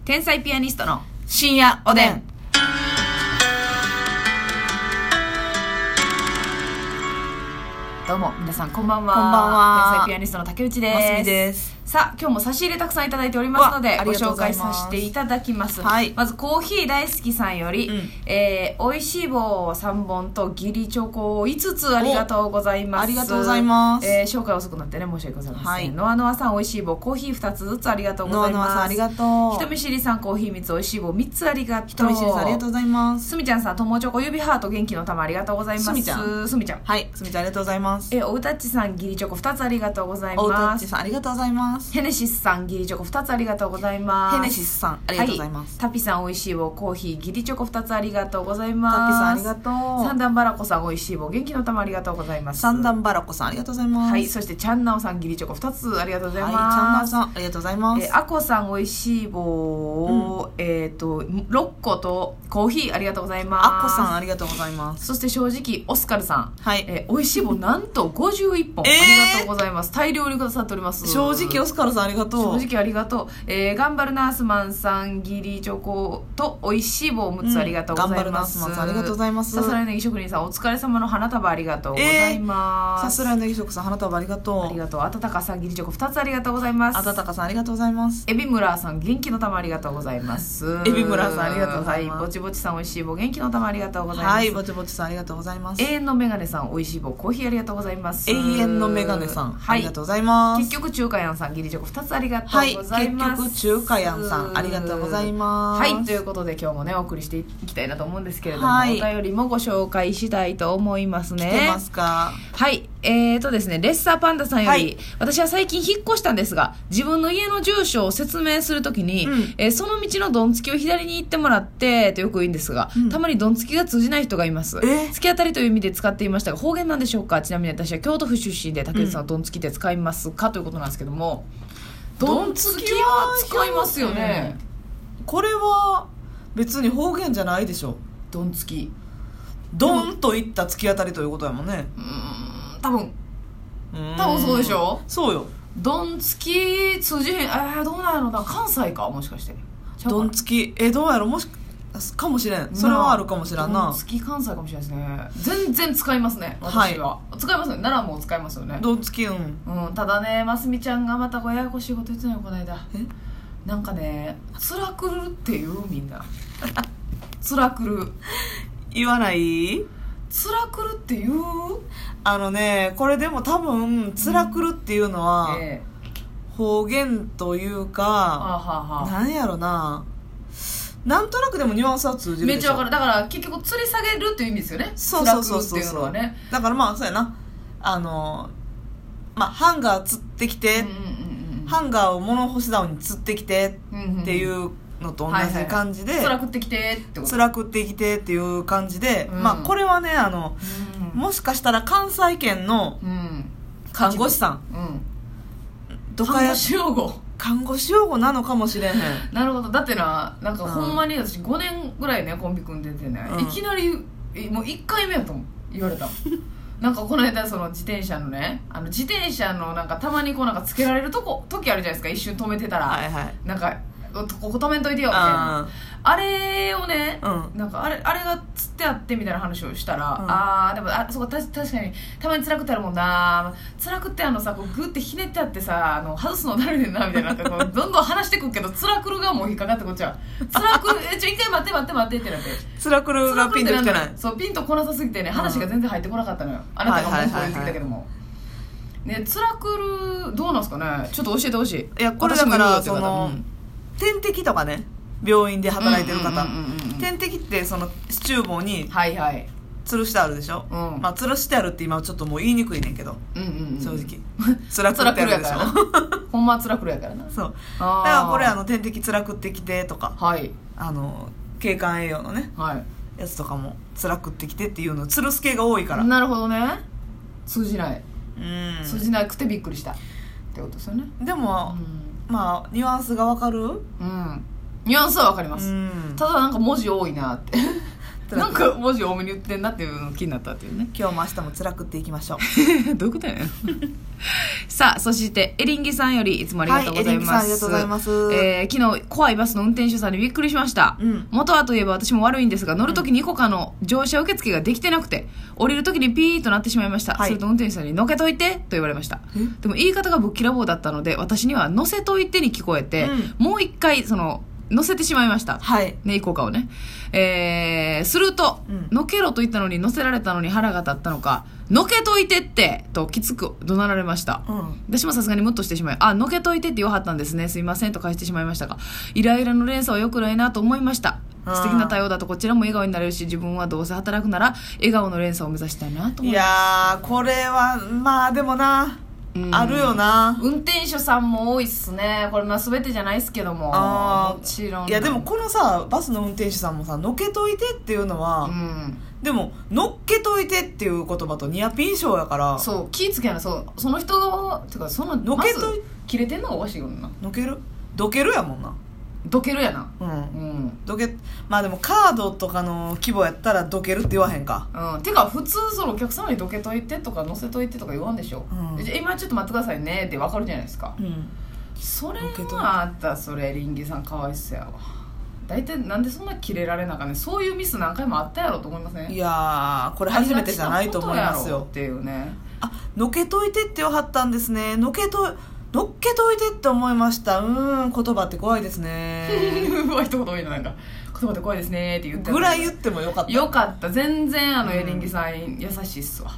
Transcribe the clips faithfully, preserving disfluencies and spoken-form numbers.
天才ピアニストの深夜おでん。どうも皆さんこんばんは。 こんばんは。 天才ピアニストの竹内です。 ますみです。 さあ今日も差し入れたくさんいただいておりますのでご紹介させていただきます。 はい、 まずコーヒー大好きさんより、うんえー、おいしい棒さんぼんと義理チョコいつつありがとうございます。 ありがとうございます、 えー、紹介遅くなってね申し訳ございません、はい、ノアノアさんおいしい棒コーヒーふたつずつありがとうございます。 ノアノアさんありがとう。 人見知りさんコーヒーみつおいしい棒みっつありがとう。 人見知りさんありがとうございます。 すみちゃんさんともチョコ指ハート元気の玉ありがとうございます。すみちゃんすみちゃんはいすみちゃんありがとうございます。 えー、おうたっちさん義理チョコふたつありがとうございます。 おうたっちさんありがとうございます。 ヘネシスさん義理チョコふたつありがとうございます。 ヘネシスさんありがとうございます、 はい、タピさんおいしい棒コーヒー義理チョコふたつありがとうございます。 タピさんありがとう。 三段バラコさんおいしい棒元気の玉ありがとうございます。 三段バラコさんありがとうございます。 はい、そしてちゃんなおさん義理チョコふたつありがとうございます。 はい、ちゃんなおさんありがとうございます。 えー、あこさんおいしい棒を、うん、えっ、ー、とろっことコーヒーありがとうございます。 あこさんありがとうございます。 そして正直オスカルさん、 はいえー、おいしい棒なんとごじゅういっぽん、えー、ありがとうございます。大量にくださっております。 正直オスカルさんありがとう。 正直ありがとう。えー、頑張るナースマンさん義理チョコとおいしい棒むつありがとうございます、うん、頑張るナースマンさんありがとうございます。さすらいネギ職人さんお疲れ様の花束ありがとうございます。 さすらいネギ職さん花束ありがとう。 ありがとう。あたたかさん義理チョコふたつありがとうございます。 あたたかさんありがとうございます。 エビムラーさん元気の玉ありがとうございます。 エビムラーさんありがとうございます。 はい、ぼちぼちさんおいしい棒元気の玉ありがとうございます。 はい、ぼちぼちさんありがとうございます。 永遠のメガネさんおいしい棒コーヒーありがとうございます。 永遠のメガネさん、はい、ありがとうございます。 結局中華やんさん義理チョコふたつありがとうございます。 はい、結局中華やんさんありがとうございます。 はい、ということで今日もねお送りしていきたいなと思うんですけれども、 はい、 お便りもご紹介したいと思いますね。 来てますか？ はい、えーとですねレッサーパンダさんより、はい、私は最近引っ越したんですが自分の家の住所を説明するときに、うんえー、その道のどんつきを左に行ってもらってとよく言うんですが、うん、たまにどんつきが通じない人がいます。突き当たりという意味で使っていましたが方言なんでしょうか？ちなみに私は京都府出身で竹内さんはどんつきって使いますか、うん、ということなんですけども、どんつきは使いますよね。 これは別に方言じゃないでしょ。 どんつきドンといった突き当たりということやもんね。 うーん多分多分そうでしょ。 そうよ。 どんつき通じへん。えー、どうなんやろな。関西かもしかして。 どんつきえどうやろもしかもしれん。それはあるかもしれんな。 どんつき関西かもしれないですね。全然使いますね私は、はい、使いますね。奈良も使いますよねどんつき。うん、 うん、ただねますみちゃんがまたややこしいこと言ってないよこの間。えなんかねつらくるっていうみんなつらくる言わない。 つらくるっていうあのねこれでも多分つらくるっていうのは、うんえー、方言というか、はあはあ、なんやろななんとなくでもニュアンスは通じるでしょ。 めっちゃわかる。だから結局吊り下げるっていう意味ですよね。 そうそうそうそうつらくるっていうのはね。 だからまあそうやなあのまあハンガー吊ってきて、うんうんうん、ハンガーを物干し竿に吊ってきてっていうのと同じ感じで、 つらくってきてってこと。 つらくってきてっていう感じで、うん、まあこれはねあの、うん、もしかしたら関西圏の看護師さん、 うん、とかや看護師用語看護師用語なのかもしれへん。 なるほど。だってななんかほんまに私ごねんぐらいねコンビ組んでてね、うん、いきなりもういっかいめやと言われたなんかこの間その自転車のねあの自転車のなんかたまにこうなんかつけられるとこ時あるじゃないですか。一瞬止めてたら、はいはい、なんかここ止めんといてよみたいな あ, あれをね、うん、なんかあれあれがつってあってみたいな話をしたら、うん、ああでもあそこた確かにたまに辛くってあるもんな。辛くってあのさこうグッてひねってあってさあの外すの誰ねんなみたいなこうどんどん話してくるけど辛くるがもう引っかかってこっちは辛くるえちょ一回待って待って待ってってなって辛くるがピンときてない。 そうピンとこなさすぎてね話が全然入ってこなかったのよ、うん、あなたが文句を言ってきたけども、はいはいはいはいね、辛くるどうなんすかね。ちょっと教えてほしい。 いやこれだからその、うん点滴とかね病院で働いてる方、点滴ってその厨房に吊るしてあるでしょ、はいはいまあ、吊るしてあるって今はちょっともう言いにくいねんけど、うんうんうん、正直つらくってあるでしょほんまはつらくるやからな。 そうだからこれあの点滴つらくってきてとか、はい、あの経管栄養のね、はい、やつとかもつらくってきてっていうの吊るす系が多いから。 なるほどね。通じないうん通じなくてびっくりしたってことですよね。 でも、うんまあニュアンスがわかる。 うんニュアンスはわかります、うん、ただなんか文字多いなってなんか文字多めに言ってんなっていうの気になったっていうね。 今日も明日も辛くっていきましょうどういうことやねんさあ、そしてエリンギさんよりいつもありがとうございます、はい、 エリンギさんありがとうございます、 えー、昨日怖いバスの運転手さんにびっくりしました、うん、元はといえば私も悪いんですが、乗るときにイコカの乗車受付ができてなくて、降りるときにピーッとなってしまいました、はい、すると運転手さんにのけといてと言われました。でも言い方がぶっきらぼうだったので、私には乗せといてに聞こえて、うん、もう一回その乗せてしまいました。はい。ね、イコカをね。えー、すると、うん、のけろと言ったのに乗せられたのに腹が立ったのか、のけといてってときつく怒鳴られました。うん、私もさすがにムッとしてしまい、あ、のけといてって言わはったんですね。すいませんと返してしまいましたが、イライラの連鎖は良くないなと思いました。素敵な対応だとこちらも笑顔になれるし、自分はどうせ働くなら笑顔の連鎖を目指したいなと思いました。いやー、これはまあでもな、うん、あるよな。 運転手さんも多いっすね。これまあ全てじゃないっすけども、あ、もちろん。 いやでもこのさ、バスの運転手さんもさ、のけといてっていうのは、うん、でものっけといてっていう言葉とニアピン賞やから、 そう気ぃつけな。そうその人がてかそののけとい、ま、切れてんのがおかしいよな。 のけるどけるやもんな。 どけるやな。 うん、うん、どけ、まあでもカードとかの規模やったらどけるって言わへんか。 うん、てか普通そのお客様にどけといてとか乗せといてとか言わんでしょ、うん、じゃ今ちょっと待ってくださいねって分かるじゃないですか、うん、それはあったそれリンギさんかわいそうやわ。大体なんでそんなキレられなかね。そういうミス何回もあったやろと思いません、ね、 いやーこれ初めてじゃないと思いますよっていうね。 あ、のけといてって言わはったんですね。のけとのっけといてって思いました。うーん、言葉って怖いですねうわ、一言多いのなんか言葉って怖いですねって言ってぐらい言ってもよかった。 よかった。全然あの、うん、エリンギさん優しいっすわ、はい、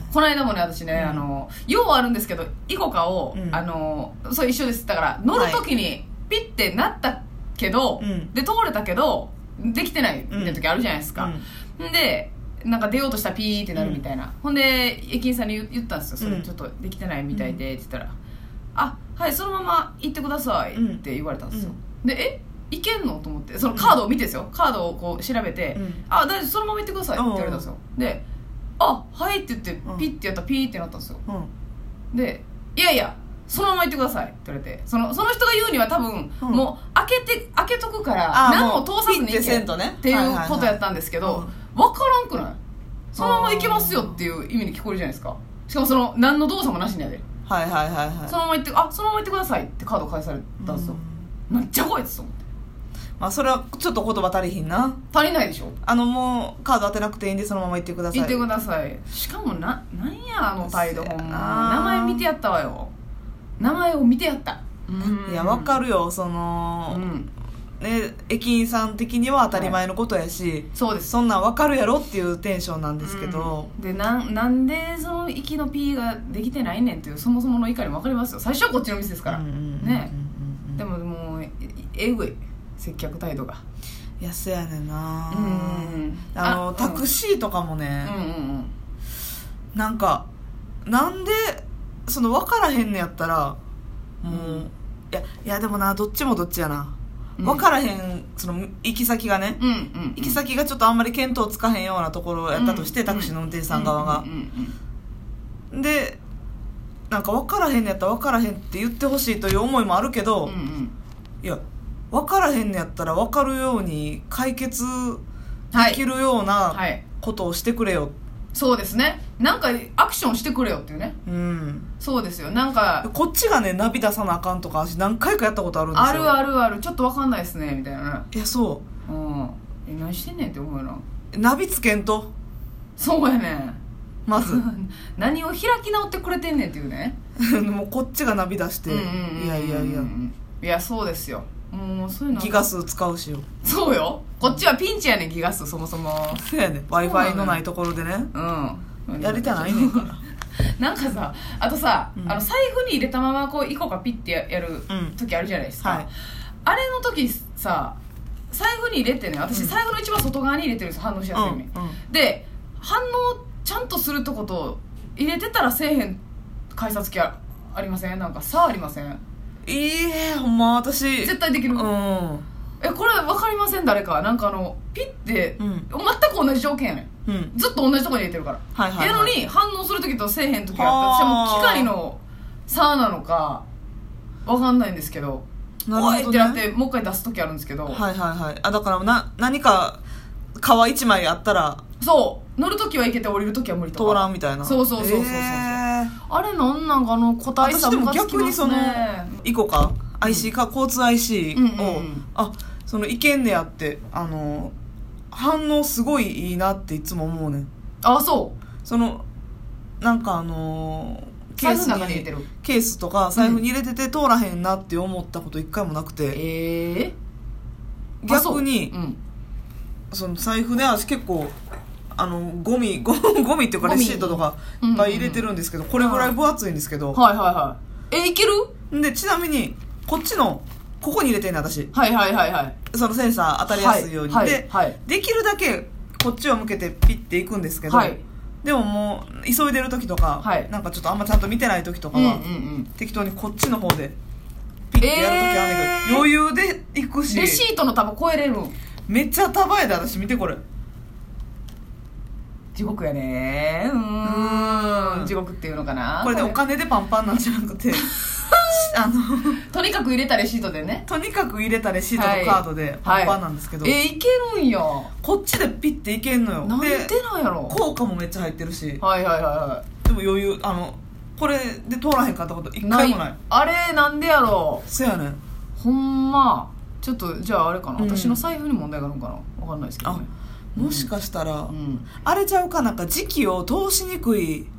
この間もね私ね、うん、あのようあるんですけどイコカを、うん、あのそう一緒です。だから乗るときにピッてなったけど、はい、で通れたけどできてないみたいな時あるじゃないですか、うん、でなんか出ようとしたらピーってなるみたいな、うん、ほんで駅員さんに言ったんですよ。それちょっとできてないみたいでって言ったら、あ、はい、そのまま行ってくださいって言われたんですよ、うん、で、え、行けんのと思って、そのカードを見てですよ、カードをこう調べて、うん、あ、大丈夫、そのまま行ってくださいって言われたんですよ、で、あ、はいって言ってピッてやったらピーってなったんですよ、うん、で、いやいやそのまま行ってくださいって言われて、その、その人が言うには多分、うん、もう開けて開けとくから何も通さずに行けっていうことやったんですけど、分からんくない？そのまま行けますよっていう意味に聞こえるじゃないですか。しかもその何の動作もなしにやで、 はいはいはいはい、 そのまま行って、あ、そのまま行ってくださいってカード返されたんですよ。めっちゃ怖いですと思って。 まあそれはちょっと言葉足りひんな。 足りないでしょ。 あのもうカード当てなくていいんでそのまま行ってください。 行ってください。しかもな、なんやあの態度ほんま。名前見てやったわよ。名前を見てやった。 いやわかるよ、その、うんね、駅員さん的には当たり前のことやし、はい、そうです。そんなん分かるやろっていうテンションなんですけど、 うん、で な, なんでその行きの P ができてないねんっていうそもそもの怒りも分かりますよ。最初はこっちの店ですから、うんうんうんうん、ね。でももうえぐい接客態度が。 いやそうやねんな、うん、あのあタクシーとかもね、うんうんうん、なんかなんでその分からへんねやったらもう、うん、いやいやでもなどっちもどっちやな。分からへんその行き先がね、うんうんうん、行き先がちょっとあんまり見当つかへんようなところやったとして、うん、タクシーの運転手さん側が、うんうんうん、でなんか分からへんのやったら分からへんって言ってほしいという思いもあるけど、うんうん、いや分からへんのやったら分かるように解決できるようなことをしてくれよ、はいはい、 そうですね。なんかアクションしてくれよっていうね、うん、そうですよ。なんかこっちがねナビ出さなあかんとか私何回かやったことあるんですよ。 あるあるある。ちょっと分かんないですねみたいな。 いやそう、 うん、え何してんねんって思うよな。 ナビつけんと。 そうやねんまず何を開き直ってくれてんねんっていうねもうこっちがナビ出して、うんうんうんうん、いやいやいやいやそうですよ。もうそういうのギガ数使うしよ。 そうよ。こっちはピンチやねんギガ数そもそも。 そうやねん Wi-Fi のないところでね、うん、やりたないねんからなんかさあとさ、うん、あの財布に入れたままこうイコカピッてやる時あるじゃないですか、うんはい、あれの時さ財布に入れてね私、うん、財布の一番外側に入れてるんです反応しやすいように、うんうん、で反応ちゃんとするとこと入れてたらせえへん改札機 あ, ありません？なんかさありません？ ええー、ほんま私絶対できる、うん、えこれ分かりません？誰かなんかあのピッて、うん、全く同じ条件やねん、うん、ずっと同じとこに入れてるから、はいはいはい、やのに反応するときとせえへんときがあって私はもう機械の差なのか分かんないんですけど、なるほど、ね、おいってなってもう一回出すときあるんですけど、 はいはいはい。あだからな何か皮一枚あったらそう乗るときはいけて降りるときは無理とか通らんみたいな。 そうそうそうそうそう、えー、あれなんなんかあの個体差ムカつきますね。私でも逆にそのイコカ アイシー か、うん、交通 アイシー を、うんうんうん、あそのいけんねやってあの反応すごいいいなっていつも思うねん。 あそうそのなんかあのー、ケースに入れてるケースとか財布に入れてて通らへんなって思ったこと一回もなくて、うん、 えー、 逆に そ,、うん、その財布で私結構あのゴミゴミっていうかレシートとかいっぱい入れてるんですけど、うんうんうん、これぐらい分厚いんですけど、 はいはいはいえいけるでちなみにこっちのここに入れてんね私。 はいはいはいはい。 そのセンサー当たりやすいように、はいで、はい、できるだけこっちを向けてピッていくんですけど、はい、でももう急いでる時とか、はい、なんかちょっとあんまちゃんと見てない時とかは、うんうんうん、適当にこっちの方でピッてやる時あるんだけど、えー、余裕で行くしレシートの束超えれる。 めっちゃ束やで私見てこれ地獄やねーうーん地獄っていうのかな。 これでお金でパンパンなんじゃなくてあのとにかく入れたレシートでねとにかく入れたレシートとカードでパンパンなんですけど、 はいはい、えー、いけるんや。 こっちでピッていけんのよ。 なんでなんやろ。 効果もめっちゃ入ってるし、 はいはいはいはい。 でも余裕あのこれで通らへんかったこと一回もない。 あれなんでやろ。 そやねんほんまちょっとじゃああれかな、うん、私の財布に問題があるのかな分かんないですけどね。 もしかしたら、うん、あれちゃうかなんか時期を通しにくい、うん、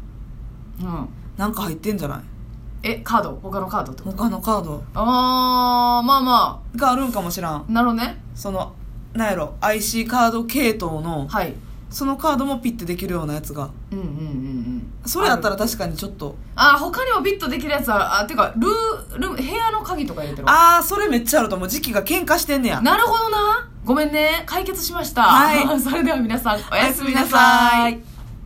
なんか入ってんじゃない。 えカード他のカードってこと。 他のカードあーまあまあがあるんかもしらん。 なるほどね。 そのなんやろ アイシー カード系統の、 はい、 そのカードもピッてできるようなやつがうんうんうんうんそれやったら確かにちょっとああ他にもピッとできるやつある。あてかルール部屋の鍵とか入れてる。 ああそれめっちゃあると思う。時期が喧嘩してんねや。 なるほどな。ごめんね解決しました。 はいそれでは皆さんおやすみなさい。